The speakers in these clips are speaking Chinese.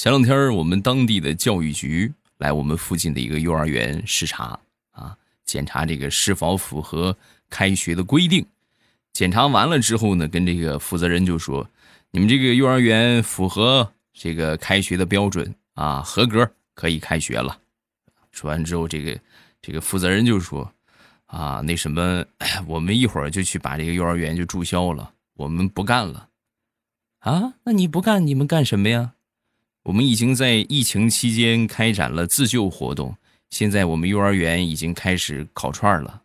前两天我们当地的教育局来我们附近的一个幼儿园视察啊，检查这个是否符合开学的规定。检查完了之后呢，跟这个负责人就说，你们这个幼儿园符合这个开学的标准啊，合格，可以开学了。说完之后，这个负责人就说啊，那什么，我们一会儿就去把这个幼儿园就注销了，我们不干了。啊，那你不干，你们干什么呀？我们已经在疫情期间开展了自救活动，现在我们幼儿园已经开始烤串了。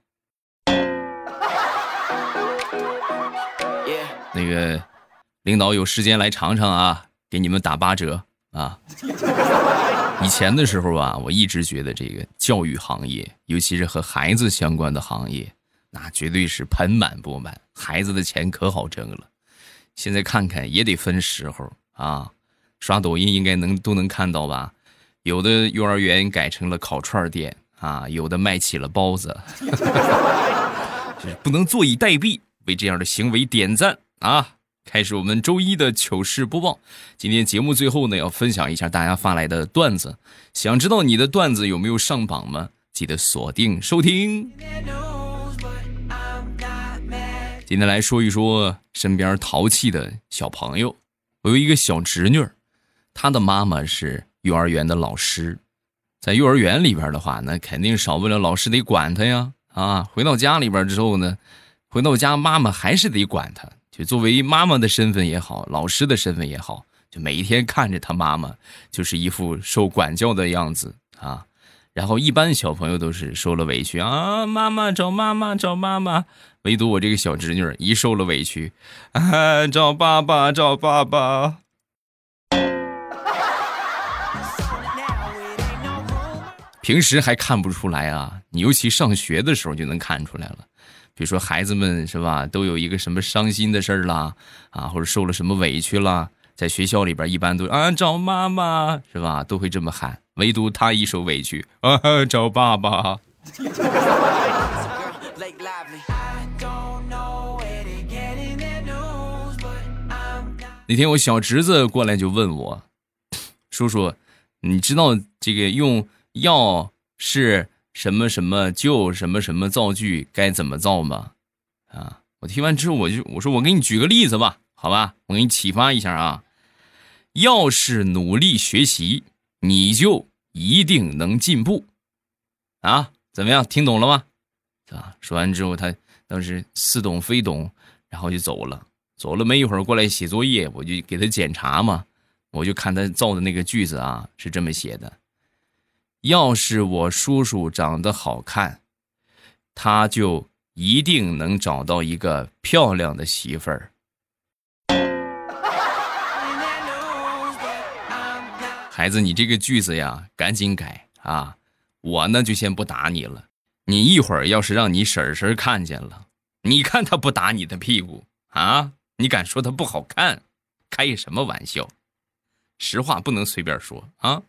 那个领导有时间来尝尝啊，给你们打8折啊。以前的时候啊，我一直觉得这个教育行业，尤其是和孩子相关的行业，那绝对是盆满钵满，孩子的钱可好挣了。现在看看也得分时候啊。刷抖音应该都能看到吧，有的幼儿园改成了烤串店啊，有的卖起了包子。就是不能坐以待毙，为这样的行为点赞啊！开始我们周一的糗事播报。今天节目最后呢，要分享一下大家发来的段子，想知道你的段子有没有上榜吗？记得锁定收听。今天来说一说身边淘气的小朋友。我有一个小侄女，他的妈妈是幼儿园的老师，在幼儿园里边的话，那肯定少不了老师得管他呀。啊，回到家里边之后呢，回到家妈妈还是得管他，就作为妈妈的身份也好，老师的身份也好，就每一天看着他妈妈就是一副受管教的样子啊。然后一般小朋友都是受了委屈啊，妈妈找妈妈找妈妈，唯独我这个小侄女一受了委屈啊，找爸爸找爸爸。平时还看不出来啊，你尤其上学的时候就能看出来了。比如说孩子们是吧，都有一个什么伤心的事儿啦，啊，或者受了什么委屈啦，在学校里边一般都啊找妈妈是吧，都会这么喊。唯独他一受委屈啊找爸爸。那天我小侄子过来就问我，叔叔，你知道这个用要是什么什么就什么什么造句该怎么造吗？啊，我听完之后我说我给你举个例子吧，好吧，我给你启发一下啊。要是努力学习，你就一定能进步。啊，怎么样？听懂了吗？啊，说完之后他当时似懂非懂，然后就走了。走了没一会儿过来写作业，我就给他检查嘛，我就看他造的那个句子啊，是这么写的：要是我叔叔长得好看，他就一定能找到一个漂亮的媳妇儿。孩子，你这个句子呀，赶紧改啊！我呢就先不打你了，你一会儿要是让你婶婶看见了，你看他不打你的屁股啊？你敢说他不好看？开什么玩笑？实话不能随便说啊！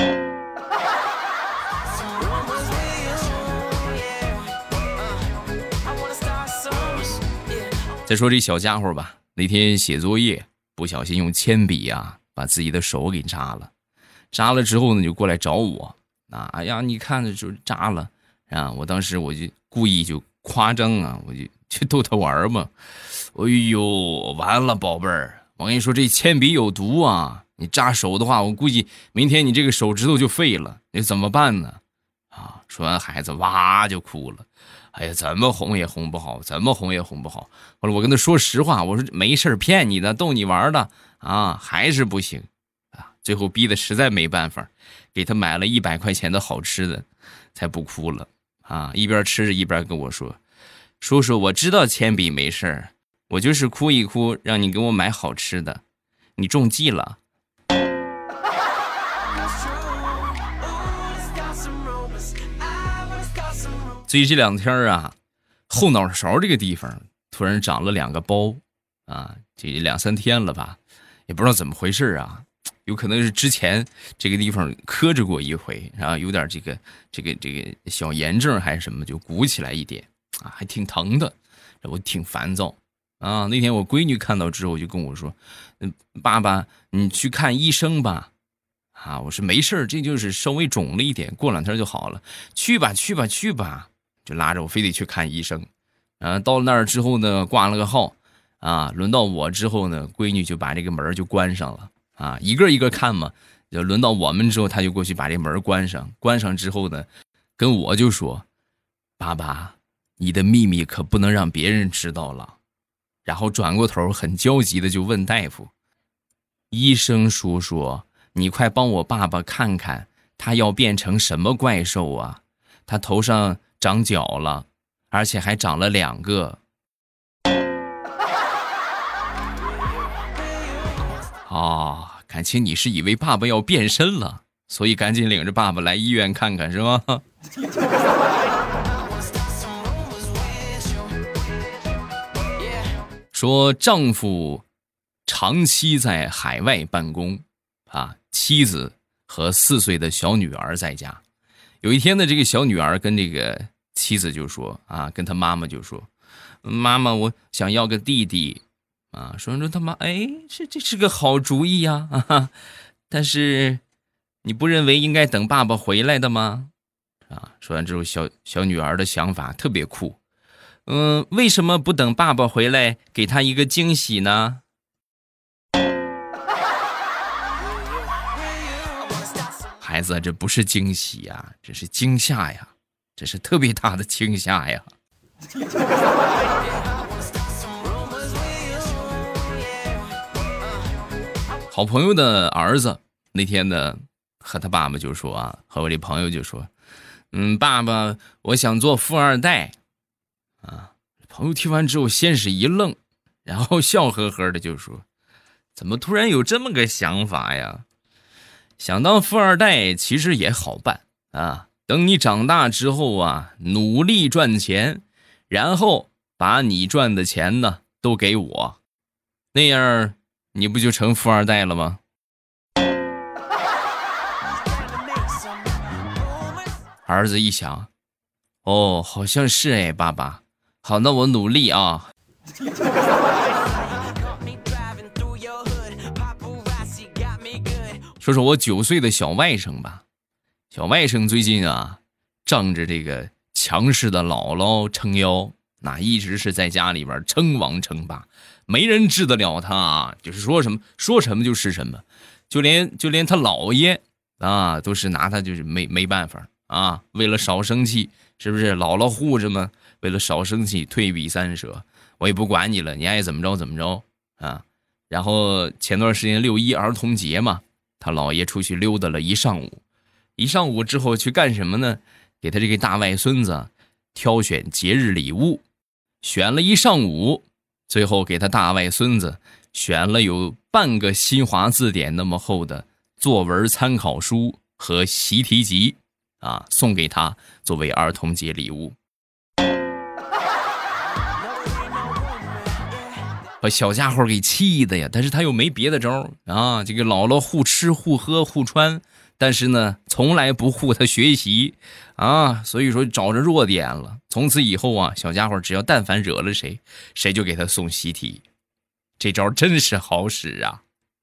再说这小家伙吧，那天写作业不小心用铅笔啊把自己的手给扎了，扎了之后呢就过来找我啊，哎呀你看着就扎了啊，我当时我就故意就夸张啊，我就逗他玩嘛。哎呦，完了宝贝儿，我跟你说这铅笔有毒啊，你扎手的话我估计明天你这个手指头就废了，你怎么办呢？啊，说完孩子哇就哭了，哎呀怎么哄也哄不好，怎么哄也哄不好。后来我跟他说实话，我说没事骗你的，逗你玩的啊，还是不行啊，最后逼得实在没办法，给他买了100块钱的好吃的，才不哭了啊，一边吃着一边跟我说，叔叔我知道铅笔没事儿，我就是哭一哭让你给我买好吃的，你中计了。所以这2天啊，后脑勺这个地方突然长了2个包啊，这2、3天了吧，也不知道怎么回事啊，有可能是之前这个地方磕着过一回，然后有点这个小炎症还是什么，就鼓起来一点啊，还挺疼的，我挺烦躁啊。那天我闺女看到之后就跟我说，爸爸你去看医生吧。 啊，我说没事儿，这就是稍微肿了一点，过2天就好了。去吧，去吧，去吧，就拉着我非得去看医生。到了那儿之后呢，挂了个号，啊，轮到我之后呢，闺女就把这个门就关上了，啊，一个一个看嘛。就轮到我们之后，她就过去把这门关上。关上之后呢，跟我就说：“爸爸，你的秘密可不能让别人知道了。”然后转过头，很焦急的就问大夫：“医生叔叔，你快帮我爸爸看看，他要变成什么怪兽啊？他头上长角了，而且还长了2个。”哦，感情你是以为爸爸要变身了，所以赶紧领着爸爸来医院看看是吗？说丈夫长期在海外办公，啊，妻子和4岁的小女儿在家。有一天呢，这个小女儿跟这个妻子就说啊，跟她妈妈就说：“妈妈，我想要个弟弟。”啊，说他妈，哎，这是个好主意呀，啊！但是你不认为应该等爸爸回来的吗？啊，说完之后，小女儿的想法特别酷，为什么不等爸爸回来给他一个惊喜呢？孩子，这不是惊喜呀，这是惊吓呀，这是特别大的惊吓呀。好朋友的儿子那天呢，和他爸爸就说啊，和我这朋友就说，爸爸，我想做富二代。啊，朋友听完之后先是一愣，然后笑呵呵的就说，怎么突然有这么个想法呀？想当富二代其实也好办啊，等你长大之后啊，努力赚钱，然后把你赚的钱呢都给我，那样你不就成富二代了吗？儿子一想，哦，好像是哎，爸爸，好，那我努力啊。说说我9岁的小外甥吧，小外甥最近啊，仗着这个强势的姥姥撑腰，那一直是在家里边称王称霸，没人治得了他啊，就是说什么就是什么，就连他姥爷啊，都是拿他就是没办法啊，为了少生气，是不是姥姥护着嘛？为了少生气，退避三舍，我也不管你了，你爱怎么着怎么着啊。然后前段时间6·1儿童节嘛，他姥爷出去溜达了一上午之后去干什么呢？给他这个大外孙子挑选节日礼物，选了一上午，最后给他大外孙子选了有半个新华字典那么厚的作文参考书和习题集啊，送给他作为儿童节礼物。把小家伙给气的呀，但是他又没别的招啊。这个姥姥护吃护喝护穿，但是呢，从来不护他学习啊，所以说找着弱点了。从此以后啊，小家伙只要但凡惹了谁，谁就给他送习题，这招真是好使啊。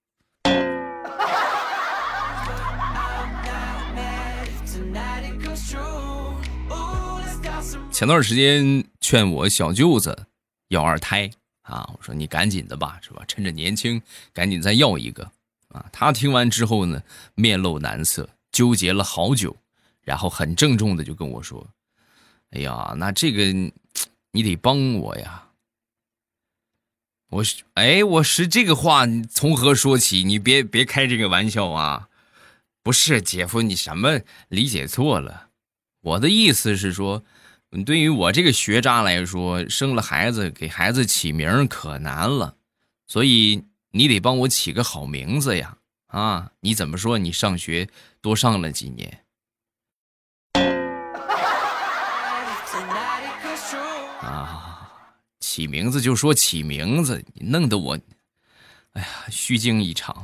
前段时间劝我小舅子要2胎。啊，我说你赶紧的吧，是吧？趁着年轻，赶紧再要一个啊！他听完之后呢，面露难色，纠结了好久，然后很郑重的就跟我说：“哎呀，那这个你得帮我呀。”我是这个话你从何说起？你别开这个玩笑啊！不是姐夫，你什么理解错了？我的意思是说。对于我这个学渣来说，生了孩子给孩子起名可难了，所以你得帮我起个好名字呀！啊，你怎么说？你上学多上了几年？啊，起名字就说起名字，你弄得我，哎呀，虚惊一场。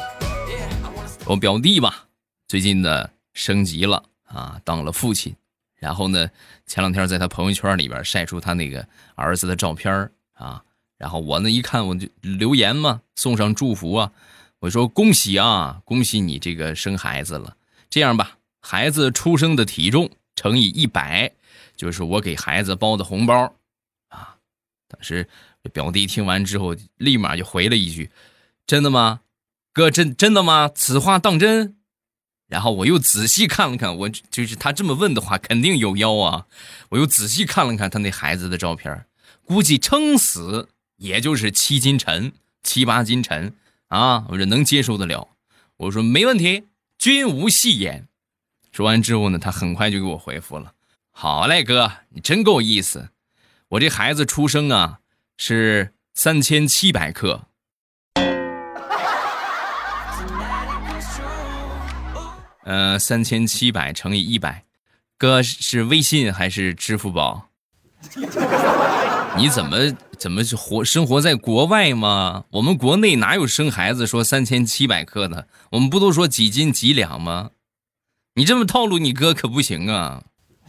我表弟吧，最近呢升级了啊，当了父亲， 然后呢，前2天在他朋友圈里边晒出他那个儿子的照片啊，然后我呢一看我就留言嘛，送上祝福啊，我说恭喜啊，恭喜你这个生孩子了。这样吧，孩子出生的体重乘以100，就是我给孩子包的红包啊。当时表弟听完之后，立马就回了一句：“真的吗？哥，真的吗？此话当真？”然后我又仔细看了看，我就是他这么问的话，肯定有妖啊！我又仔细看了看他那孩子的照片，估计撑死也就是7斤沉、7、8斤沉啊，我这能接受得了。我说没问题，均无戏言。说完之后呢，他很快就给我回复了：“好嘞，哥，你真够意思。我这孩子出生啊是3700克。”3700乘以100，哥是微信还是支付宝？你怎么生活在国外吗？我们国内哪有生孩子说3700克的？我们不都说几斤几两吗？你这么套路你哥可不行啊！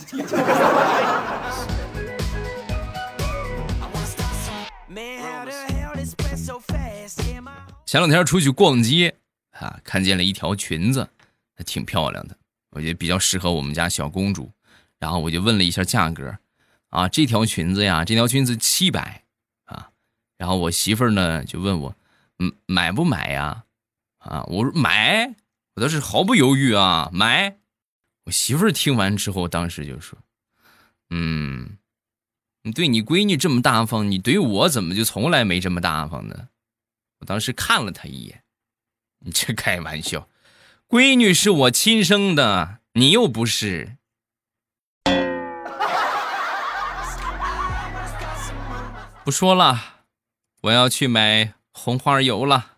前2天出去逛街啊，看见了一条裙子。挺漂亮的，我觉得比较适合我们家小公主，然后我就问了一下价格，啊，这条裙子700啊，然后我媳妇儿呢就问我，买不买呀？啊，我说买，我倒是毫不犹豫啊，买。我媳妇儿听完之后，当时就说，你对你闺女这么大方，你对我怎么就从来没这么大方呢？我当时看了她一眼，你这开玩笑。闺女是我亲生的，你又不是。不说了，我要去买红花油了。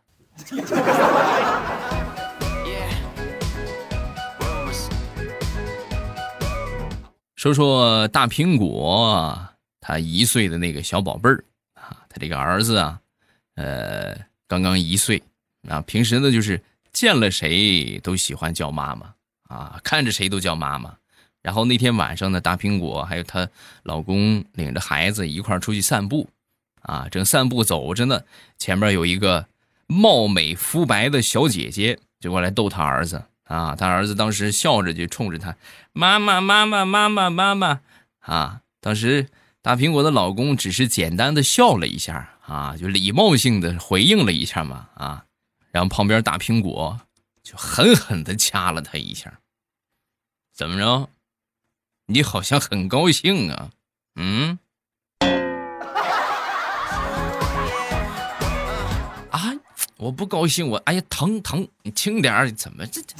说说大苹果，他1岁的那个小宝贝儿啊，他这个儿子啊，刚刚1岁啊，平时呢就是见了谁都喜欢叫妈妈啊，看着谁都叫妈妈。然后那天晚上呢，大苹果还有她老公领着孩子一块出去散步啊，正散步走着呢，前面有一个貌美肤白的小姐姐就过来逗他儿子啊，他儿子当时笑着就冲着他妈妈妈妈妈妈妈妈啊，当时大苹果的老公只是简单的笑了一下啊，就礼貌性的回应了一下嘛啊。然后旁边大苹果就狠狠地掐了他一下。怎么着？你好像很高兴啊？啊，我不高兴，哎呀疼，你轻点，怎么这？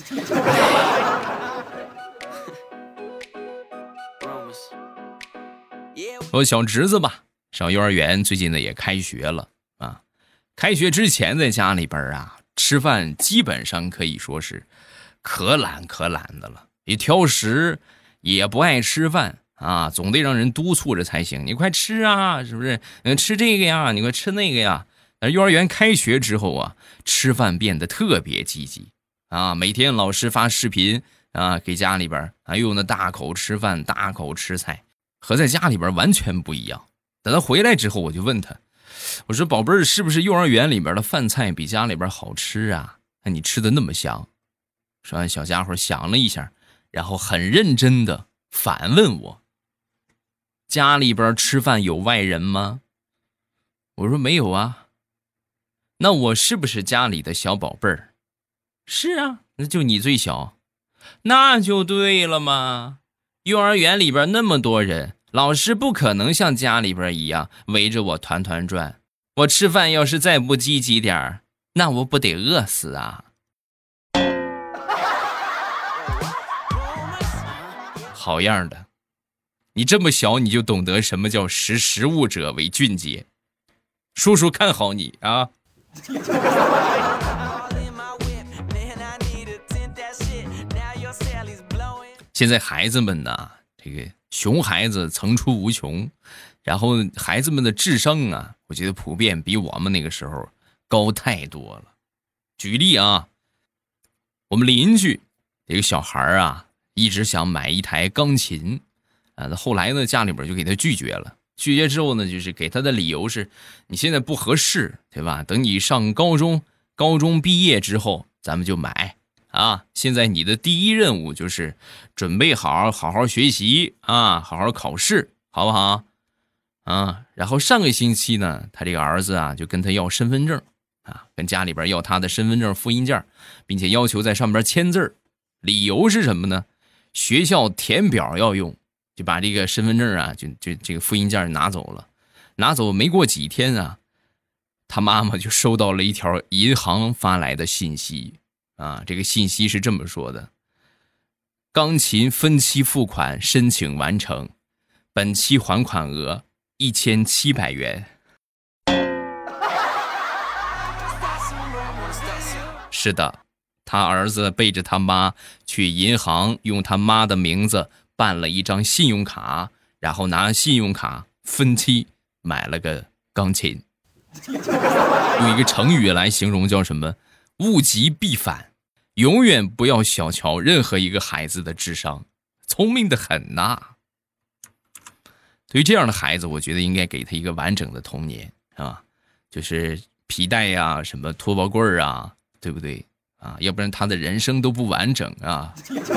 我小侄子吧，上幼儿园，最近呢也开学了啊。开学之前在家里边啊，吃饭基本上可以说是可懒的了，也挑食，也不爱吃饭啊，总得让人督促着才行。你快吃啊，是不是？吃这个呀，你快吃那个呀。但幼儿园开学之后啊，吃饭变得特别积极啊，每天老师发视频啊，给家里边啊，用那大口吃饭，大口吃菜，和在家里边完全不一样。等他回来之后，我就问他，我说宝贝儿，是不是幼儿园里边的饭菜比家里边好吃啊？那你吃的那么香。说完，小家伙想了一下，然后很认真的反问我，家里边吃饭有外人吗？我说没有啊。那我是不是家里的小宝贝儿？是啊，那就你最小。那就对了嘛，幼儿园里边那么多人，老师不可能像家里边一样围着我团团转。我吃饭要是再不积极点儿，那我不得饿死啊。好样的，你这么小你就懂得什么叫识时务者为俊杰，叔叔看好你啊。现在孩子们呢，这个熊孩子层出不穷，然后孩子们的智商啊，我觉得普遍比我们那个时候高太多了。举例啊，我们邻居有个小孩啊，一直想买一台钢琴那后来呢，家里边就给他拒绝了。拒绝之后呢，就是给他的理由是，你现在不合适，对吧？等你上高中，高中毕业之后，咱们就买啊。现在你的第一任务就是准备好好学习啊，好好考试，好不好？啊，然后上个星期呢，他这个儿子啊，就跟他要身份证啊，跟家里边要他的身份证复印件，并且要求在上边签字。理由是什么呢？学校填表要用。就把这个身份证啊，就这个复印件拿走了，拿走没过几天啊，他妈妈就收到了一条银行发来的信息啊，这个信息是这么说的：钢琴分期付款申请完成，本期还款额1700元。是的，他儿子背着他妈去银行，用他妈的名字办了一张信用卡，然后拿信用卡分期买了个钢琴。用一个成语来形容叫什么？物极必反。永远不要小瞧任何一个孩子的智商，聪明的很呐。对于这样的孩子，我觉得应该给他一个完整的童年啊，就是皮带呀、什么拖把棍啊，对不对啊？要不然他的人生都不完整啊。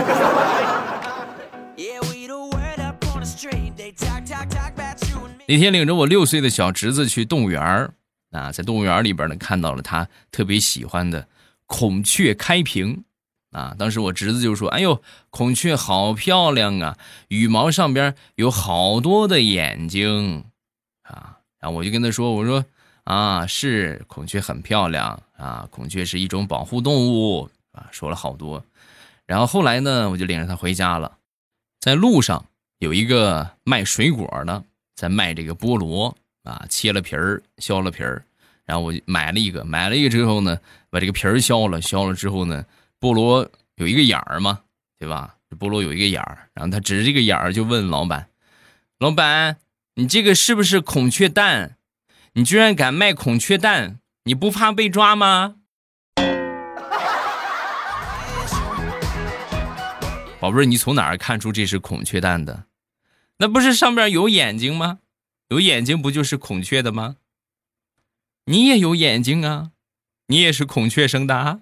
那天领着我6岁的小侄子去动物园啊，在动物园里边呢，看到了他特别喜欢的孔雀开屏啊。当时我侄子就说：“哎呦，孔雀好漂亮啊，羽毛上边有好多的眼睛啊。”然后我就跟他说：“我说啊，是孔雀很漂亮啊，孔雀是一种保护动物啊。”说了好多。然后后来呢，我就领着他回家了，在路上有一个卖水果的。在卖这个菠萝啊，切了皮儿，削了皮儿，然后我买了一个之后呢，把这个皮儿削了之后呢，菠萝有一个眼儿嘛，对吧？菠萝有一个眼儿，然后他指着这个眼儿就问老板：“老板，你这个是不是孔雀蛋？你居然敢卖孔雀蛋，你不怕被抓吗？”宝贝儿，你从哪儿看出这是孔雀蛋的？那不是上面有眼睛吗？有眼睛不就是孔雀的吗？你也有眼睛啊，你也是孔雀生的啊。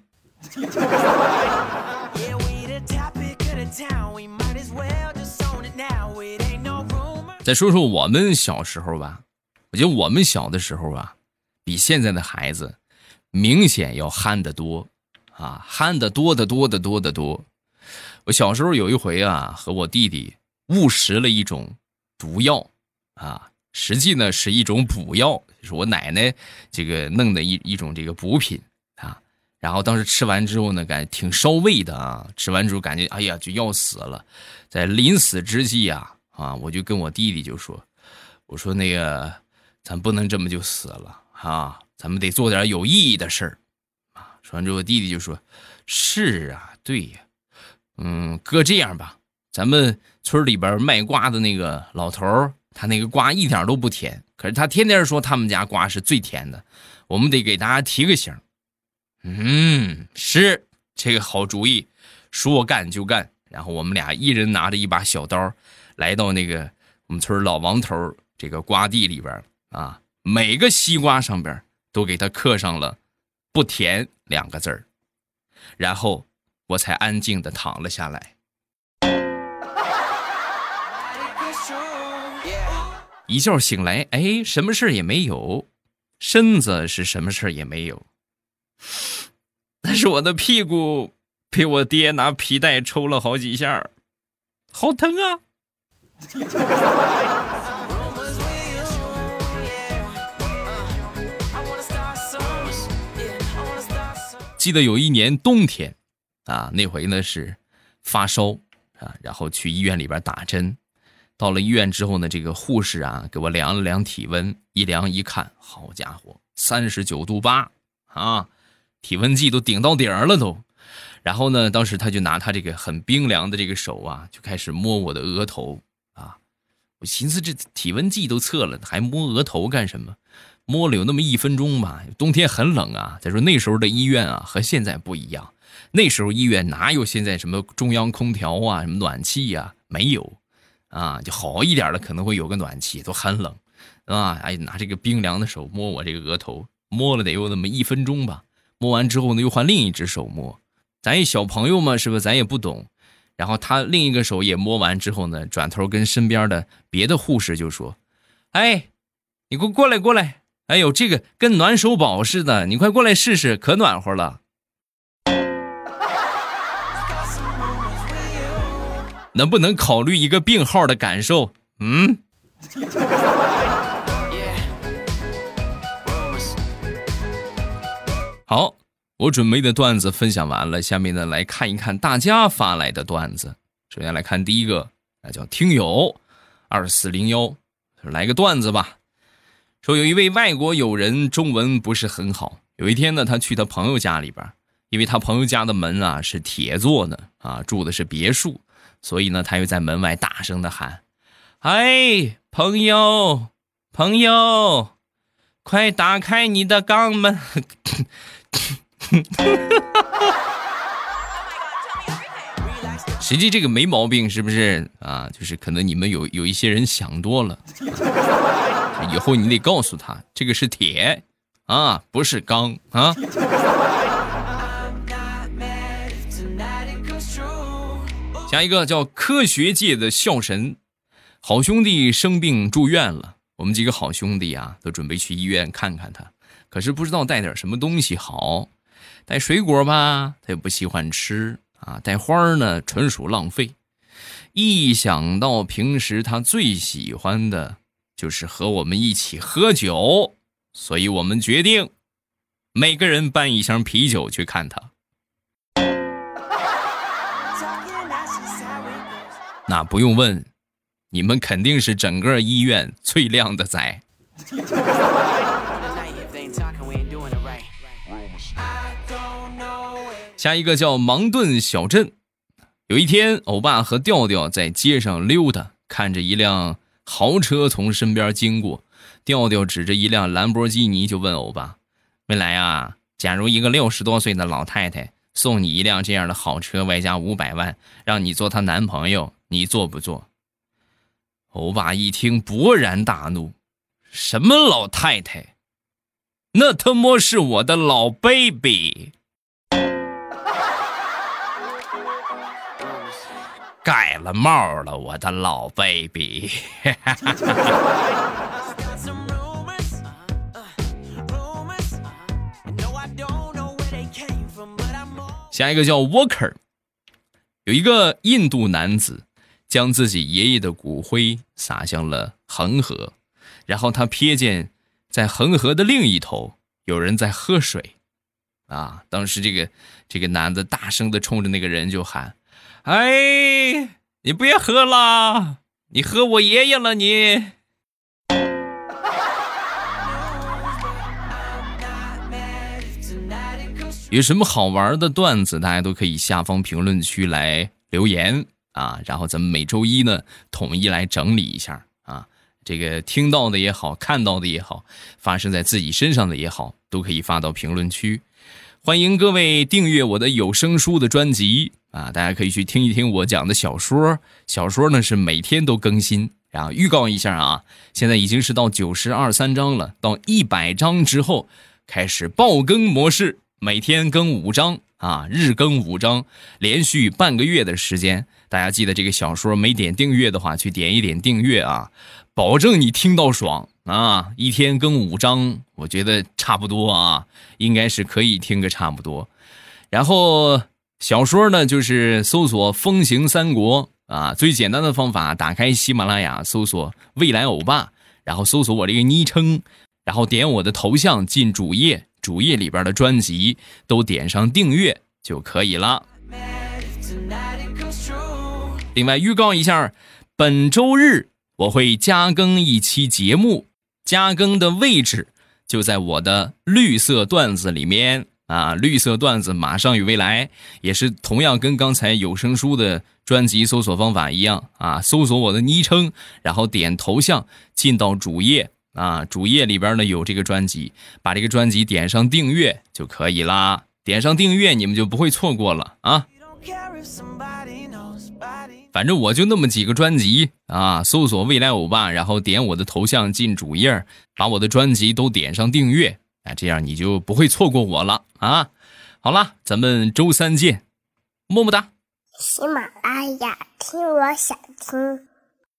再说说我们小时候吧，我觉得我们小的时候啊，比现在的孩子明显要憨得多啊，憨得多得多得多得多。我小时候有一回啊，和我弟弟误食了一种毒药啊，实际呢是一种补药，就是我奶奶这个弄的一种这个补品啊。然后当时吃完之后呢，感觉挺烧胃的啊，吃完之后感觉哎呀就要死了。在临死之际啊，我就跟我弟弟就说，我说那个咱不能这么就死了啊，咱们得做点有意义的事儿啊。说完之后，我弟弟就说：“是啊，对呀，哥这样吧。”咱们村里边卖瓜的那个老头，他那个瓜一点都不甜，可是他天天说他们家瓜是最甜的，我们得给大家提个醒。是这个好主意，说干就干。然后我们俩一人拿着一把小刀，来到那个我们村老王头这个瓜地里边啊，每个西瓜上边都给他刻上了“不甜”2个字儿，然后我才安静地躺了下来。一觉醒来，哎，什么事也没有，身子是什么事也没有，但是我的屁股被我爹拿皮带抽了好几下，好疼啊！记得有一年冬天啊，那回呢是发烧啊，然后去医院里边打针。到了医院之后呢，这个护士啊给我量了量体温，一量一看，好家伙，39度8啊，体温计都顶到顶了都。然后呢，当时他就拿他这个很冰凉的这个手啊，就开始摸我的额头啊。我寻思这体温计都测了，还摸额头干什么？摸了有那么1分钟吧。冬天很冷啊，再说那时候的医院啊和现在不一样，那时候医院哪有现在什么中央空调啊、什么暖气啊，没有。 啊，就好一点的可能会有个暖气，都很冷，啊，哎，拿这个冰凉的手摸我这个额头，摸了得有那么1分钟吧。摸完之后呢，又换另一只手摸。咱一小朋友嘛，是不是？咱也不懂。然后他另一个手也摸完之后呢，转头跟身边的别的护士就说：“哎，你给我过来过来！哎呦，这个跟暖手宝似的，你快过来试试，可暖和了。”能不能考虑一个病号的感受？好，我准备的段子分享完了，下面呢来看一看大家发来的段子。首先来看第一个，那叫听友2401，来个段子吧。说有一位外国友人中文不是很好，有一天呢，他去他朋友家里边，因为他朋友家的门啊是铁做的啊，住的是别墅。所以呢，他又在门外大声的喊：“哎，朋友，朋友，快打开你的肛门！”实际这个没毛病，是不是啊？就是可能你们有一些人想多了，以后你得告诉他，这个是铁啊，不是钢啊。下一个叫科学界的笑神，好兄弟生病住院了，我们几个好兄弟啊都准备去医院看看他，可是不知道带点什么东西好。带水果吧他又不喜欢吃啊，带花呢纯属浪费。一想到平时他最喜欢的就是和我们一起喝酒，所以我们决定每个人搬一箱啤酒去看他。那不用问，你们肯定是整个医院最靓的仔。下一个叫芒顿小镇。有一天，欧巴和调调在街上溜达，看着一辆豪车从身边经过，调调指着一辆兰博基尼就问欧巴：“未来啊，假如一个60多岁的老太太送你一辆这样的好车，外加500万，让你做她男朋友，你做不做？”欧巴一听勃然大怒：“什么老太太？那他妈是我的老 baby！” 盖了帽了，我的老 baby。 下一个叫 Walker。 有一个印度男子将自己爷爷的骨灰撒向了恒河，然后他瞥见在恒河的另一头有人在喝水啊！当时这个男的大声的冲着那个人就喊：“哎，你别喝了，你喝我爷爷了你！”有什么好玩的段子，大家都可以下方评论区来留言啊，然后咱们每周一呢统一来整理一下啊，这个听到的也好，看到的也好，发生在自己身上的也好，都可以发到评论区。欢迎各位订阅我的有声书的专辑啊，大家可以去听一听我讲的小说呢是每天都更新。然后预告一下啊，现在已经是到92、3章了，到100章之后开始爆更模式，每天更5章啊，日更5章，连续半个月的时间。大家记得这个小说没点订阅的话，去点一点订阅啊，保证你听到爽啊！一天更5章，我觉得差不多啊，应该是可以听个差不多。然后小说呢，就是搜索《风行三国》啊，最简单的方法，打开喜马拉雅，搜索未来欧巴，然后搜索我这个昵称，然后点我的头像进主页，主页里边的专辑都点上订阅就可以了。另外预告一下，本周日我会加更一期节目，加更的位置就在我的绿色段子里面啊，绿色段子马上与未来，也是同样跟刚才有声书的专辑搜索方法一样啊，搜索我的昵称，然后点头像进到主页啊，主页里边呢有这个专辑，把这个专辑点上订阅就可以啦，点上订阅你们就不会错过了啊。 反正我就那么几个专辑啊，搜索未来欧巴，然后点我的头像进主页，把我的专辑都点上订阅，这样你就不会错过我了啊。好了，咱们周三见，么么哒。 喜马拉雅，听我想听。